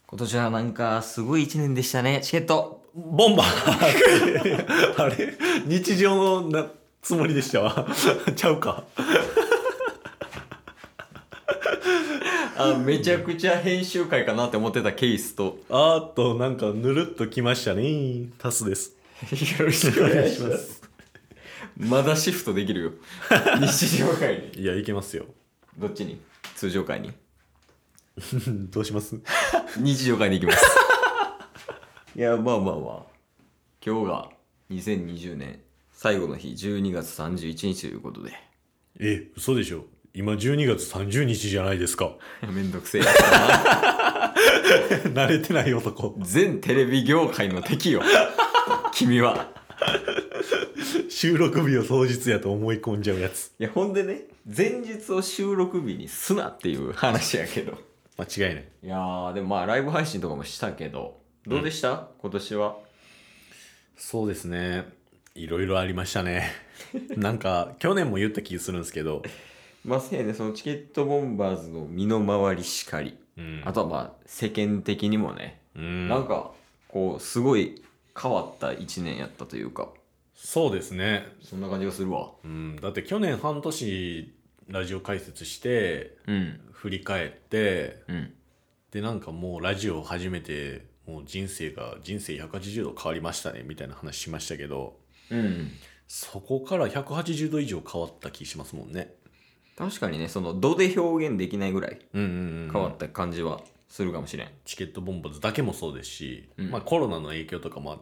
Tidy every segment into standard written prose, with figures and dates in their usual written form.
今年はなんかすごい一年でしたね。チケット。 ボンバーあれ日常のつもりでしたわちゃうかめちゃくちゃ編集会かなって思ってたケースと。 なんかぬるっときましたね。タスです。 よろしくお願いします。まだシフトできるよ。日常会に。 いや、いけますよ。 どっちに？通常会に。 どうします？ 日常会に行きます。いや、まあ。今日が2020年最後の日、12月31日ということで。 嘘でしょ。今12月30日じゃないですか。 めんどくせえやつだな。慣れてない男。 全テレビ業界の敵よ。君は。 収録日を当日やと思い込んじゃうやつ。 いや、ほんでね、前日を収録日にすなっていう話やけど。 間違いない。 いやー、でもまあライブ配信とかもしたけど、どうでした、今年は。 そうですね。いろいろありましたね。なんか、去年も言った気するんですけど。 まあ、せやね、そのチケットボンバーズの身の回りしかり。あとはまあ、世間的にもね、なんか、こう、すごい変わった一年やったというか。 そうですね。 そんな感じがするわ。 だって去年半年ラジオ解説して、振り返って、でなんかもうラジオを始めてもう人生180度変わりましたねみたいな話しましたけど、そこから180度以上変わった気しますもんね。 確かにね、その度で表現できないぐらい変わった感じはするかもしれん。 チケットボンバーズだけもそうですし、まあコロナの影響とかもあって、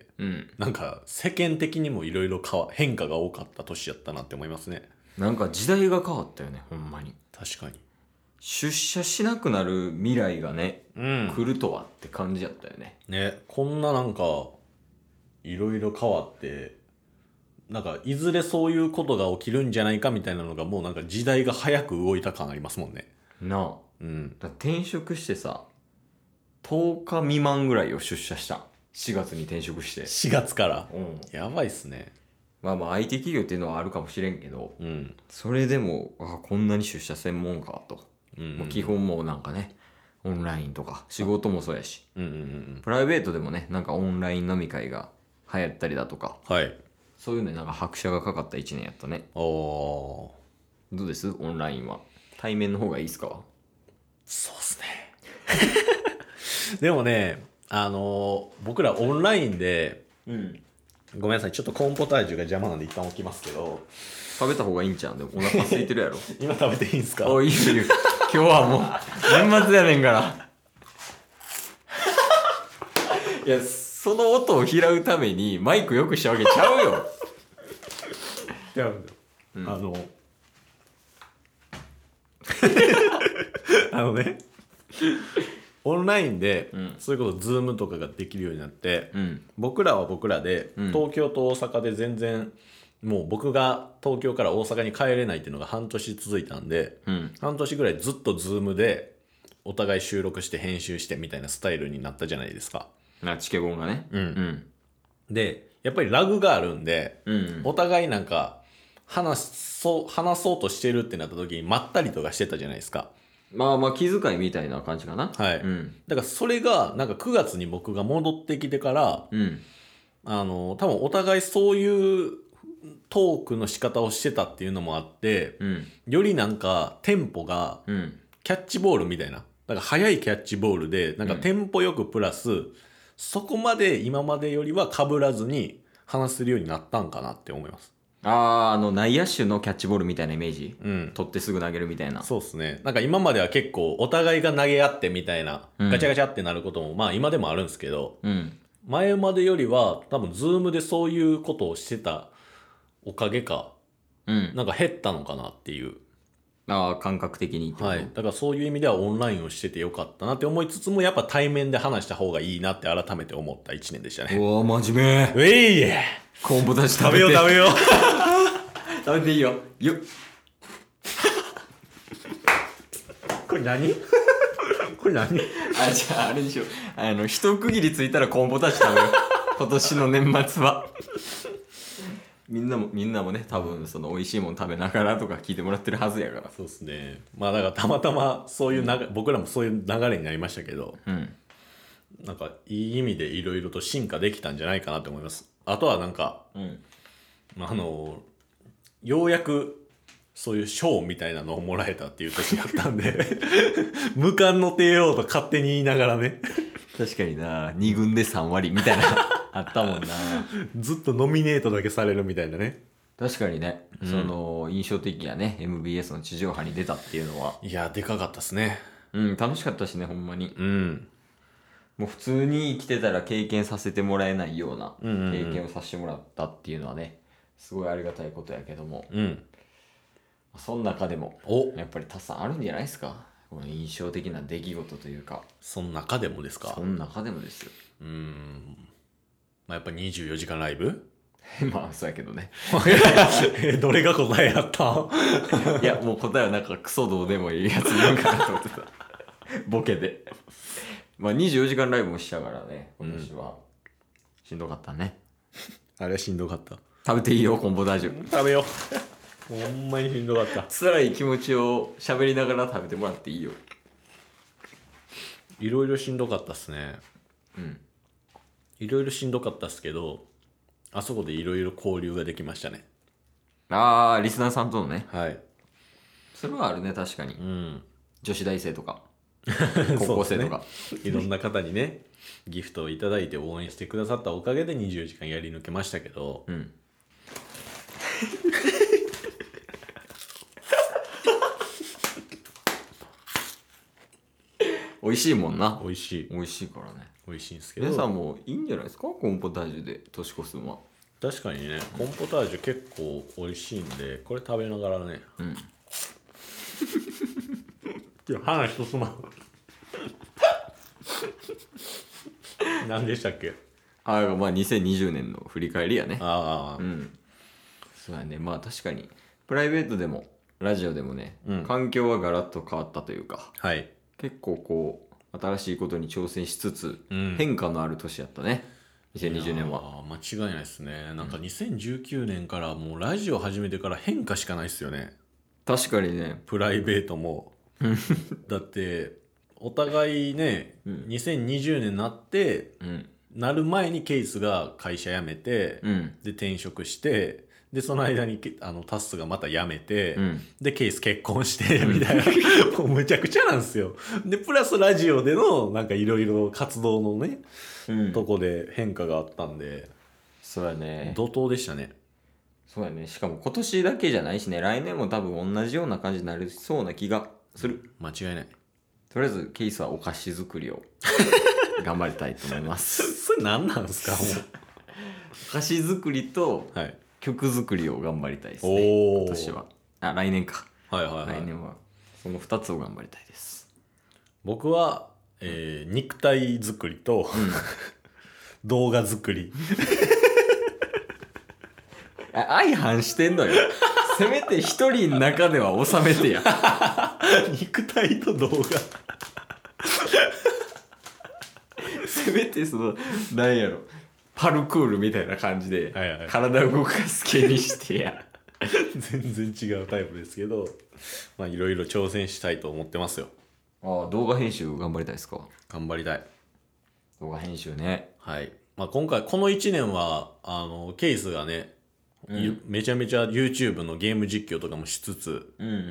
なんか世間的にもいろいろ変化が多かった年やったなって思いますね。 なんか時代が変わったよね、ほんまに。 確かに。 出社しなくなる未来がね、来るとはって感じやったよね。 ね、こんななんかいろいろ変わって、なんかいずれそういうことが起きるんじゃないかみたいなのがもうなんか時代が早く動いた感ありますもんね。 なあ。だ転職してさ、10日未満ぐらいを出社した。4月に転職して。 4月から。やばいっすね。 まあ IT 企業っていうのはあるかもしれんけど、それでも、こんなに出社専門かと。もう基本もうなんかね、オンラインとか、仕事もそうやし、プライベートでもね、なんかオンライン飲み会が流行ったりだとか、そういうのになんか拍車がかかった1年やったね。どうですオンラインは。対面の方がいいっすか？ そうっすね。でもね、僕らオンラインで、ごめんなさい、ちょっとコーンポタージュが邪魔なんで一旦置きますけど。 食べた方がいいんちゃうんで、お腹空いてるやろ。 今食べていいんすか？ いいよ。今日はもう、年末やねんから。いや、その音を拾うためにマイク良くしたわけちゃうよ。 いや、ね、オンラインで、そういうことズームとかができるようになって、僕らは僕らで、東京と大阪で全然もう僕が東京から大阪に帰れないっていうのが半年続いたんで、半年ぐらいずっとズームでお互い収録して編集してみたいなスタイルになったじゃないですか。 チケボンがね。 でやっぱりラグがあるんで、お互いなんか話そうとしてるってなった時にまったりとかしてたじゃないですか。 まあ気遣いみたいな感じかな。 はい。だからそれがなんか9月に僕が戻ってきてから、多分お互いそういうトークの仕方をしてたっていうのもあって、よりなんかテンポがキャッチボールみたいな、なんか速いキャッチボールでなんかテンポよくプラス、そこまで今までよりは被らずに話せるようになったんかなって思います。 内野手のキャッチボールみたいなイメージ、取ってすぐ投げるみたいな。 そうですね。なんか今までは結構お互いが投げ合ってみたいな、ガチャガチャってなることもまあ今でもあるんですけど、前までよりは多分ズームでそういうことをしてたおかげか、なんか減ったのかなっていう。 感覚的にってこと。 だからそういう意味ではオンラインをしててよかったなって思いつつも、やっぱ対面で話した方がいいなって改めて思った1年でしたね。 真面目。コーンポタージュ食べよう食べよう。 食べていいよ。 これ何？これ何？ じゃああれにしよう。一区切りついたらコーンポタージュ食べよう。今年の年末は。みんなもね、多分その美味しいもの食べながらとか聞いてもらってるはずやから。 そうですね。まあだからたまたまそういう僕らもそういう流れになりましたけど、 なんかいい意味でいろいろと進化できたんじゃないかなと思います。あとはなんか、ようやくそういう賞みたいなのをもらえたっていう時だったんで無冠の帝王と勝手に言いながらね確かにな、2軍で3割みたいなあったもんな。 ずっとノミネートだけされるみたいなね。 確かにね、その印象的やね、 MBS の地上波に出たっていうのは。 いやでかかったっすね。 楽しかったしね、ほんまに。もう普通に生きてたら経験させてもらえないような経験をさせてもらったっていうのはね、すごいありがたいことやけども、その中でもやっぱりたくさんあるんじゃないですか、この印象的な出来事というか。 その中でもですか。 その中でもですよ。 やっぱ24時間ライブまあそうやけどねどれが答えやったいやもう答えはなんかクソどうでもいいやつ言うんかなと思ってたボケで。まあ24時間ライブもしたからね、今年は、しんどかったね。 あれはしんどかった。 食べていいよ、コンポタージュ。 食べよう。ほんまにしんどかった。 辛い気持ちを喋りながら食べてもらっていいよ。 いろいろしんどかったっすね。いろいろしんどかったっすけど、あそこでいろいろ交流ができましたね。 ああ、リスナーさんとのね。 はい。 それはあるね、確かに。女子大生とか高校生とか、 いろんな方にねギフトをいただいて応援してくださったおかげで24時間やり抜けましたけど、 美味しいもんな。 美味しいからね。 美味しいんですけど、 皆さんもいいんじゃないですか、コンポタージュで年越すのは。 確かにね、コンポタージュ結構美味しいんで、これ食べながらね。いや話とすまん何でしたっけ。 まあ2020年の振り返りやね。 ああ、 そうやね。まあ確かにプライベートでもラジオでもね、環境はガラッと変わったというか、結構こう新しいことに挑戦しつつ、変化のある年やったね、2020年は。 間違いないですね。なんか2019年からもうラジオ始めてから変化しかないっすよね。 確かにね。 プライベートもだってお互いね、2020年になって、なる前にケイスが会社辞めて、で転職して、でその間にタッスがまた辞めて、でケイス結婚してみたいなもうむちゃくちゃなんですよ。でプラスラジオでのなんかいろいろ活動のね、とこで変化があったんで、 そうやね、 怒涛でしたね。 そうやね。しかも今年だけじゃないしね、来年も多分同じような感じになりそうな気がする。 間違いない。 とりあえずケイスはお菓子作りを頑張りたいと思いますそれ何なんですか。もうお菓子作りと曲作りを頑張りたいですね、今年は。来年か。来年はその2つを頑張りたいです。 僕は、肉体作りと、動画作り相反してんのよせめて一人の中では収めてや肉体と動画せめてそのなんやろ、パルクールみたいな感じで体を動かす系にしてや全然違うタイプですけど、まあいろいろ挑戦したいと思ってますよ。 動画編集頑張りたいですか。 頑張りたい。 動画編集ね。 今回この1年はケイスがね、めちゃめちゃ YouTube のゲーム実況とかもしつつ、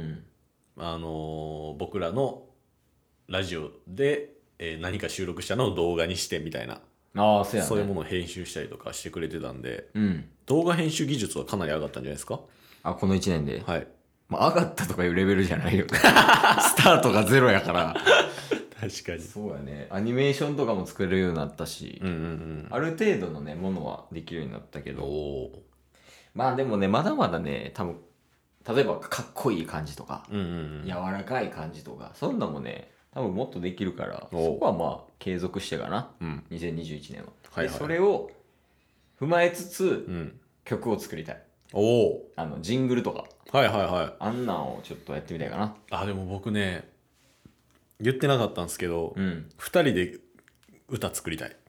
僕らのラジオで、何か収録したのを動画にしてみたいな、そういうものを編集したりとかしてくれてたんで、動画編集技術はかなり上がったんじゃないですか。 この1年で。上がったとかいうレベルじゃないよスタートがゼロやから確かにそうやね。アニメーションとかも作れるようになったし、ある程度のねものはできるようになったけど、まあでもね、まだまだね、多分例えばかっこいい感じとか、柔らかい感じとか、そんなもね多分もっとできるから、そこはまあ継続してかな、2021年は。でそれを踏まえつつ、曲を作りたい。ジングルとか、あんなんをちょっとやってみたいかな。 でも僕ね言ってなかったんですけど、2人で歌作りたい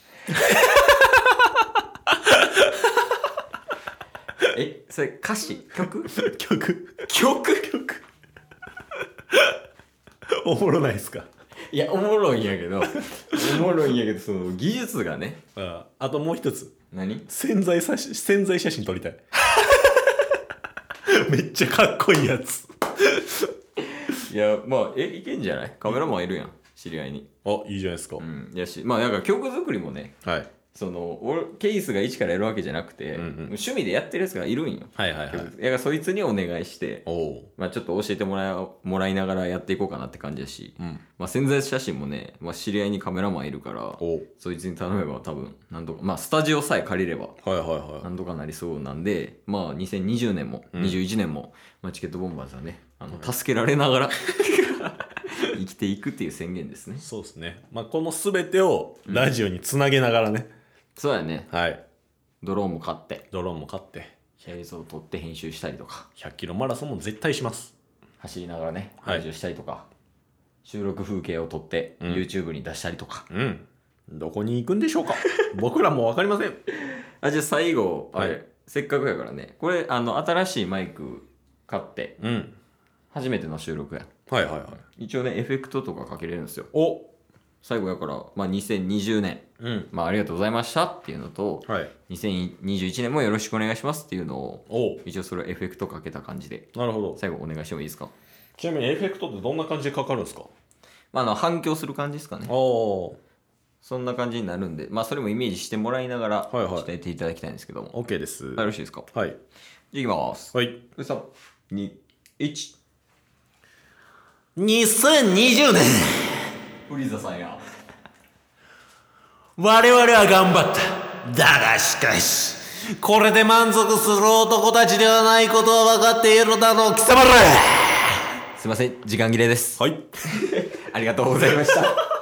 それ歌詞曲曲おもろないですか。 いやおもろいんやけどその技術がね。 あともう一つ。 何？ 宣材写真撮りたい。めっちゃかっこいいやつ。 いやまあいけんじゃない？カメラマンいるやん、知り合いに。 いいじゃないですか。 やしまあなんか曲作りもね、 はい、 その俺ケースが一からやるわけじゃなくて、趣味でやってるやつがいるんよ。 はいはいはい。 だからそいつにお願いして、まあちょっと教えてもらいながらやっていこうかなって感じだし、まあ宣材写真もね、まあ、知り合いにカメラマンいるから、そいつに頼めば多分なんとか、まあスタジオさえ借りればなんとかなりそうなんで、まあ2020年も21年も、まあ、チケットボンバーズはね助けられながら生きていくっていう宣言ですね。 そうですね。まあこの全てをラジオにつなげながらね。 そうやね。 はい。 ドローンも買って映像を撮って編集したりとか、 100キロマラソンも絶対します。 走りながらね編集したりとか、収録風景を撮って、YouTube に出したりとか、 どこに行くんでしょうか。僕らも分かりません。 じゃあ最後せっかくやからね、これ新しいマイク買って、初めての収録や。一応ねエフェクトとかかけれるんですよ。最後やから、まあ、2020年、まあありがとうございましたっていうのと、2021年もよろしくお願いしますっていうのを、一応それをエフェクトかけた感じで、 なるほど。 最後お願いしてもいいですか？ ちなみにエフェクトってどんな感じでかかるんですか？ まあ反響する感じですかね。そんな感じになるんで、まあそれもイメージしてもらいながら、ちょっとやっていただきたいんですけども。 OK です。 よろしいですか？ はい。 いきます。 はい。 3、2、1。 2020年フリーザさんや。 我々は頑張った。だがしかし、これで満足する男たちではないことは分かっているだろう、貴様ら。 すいません、時間切れです。 はい。 ありがとうございました。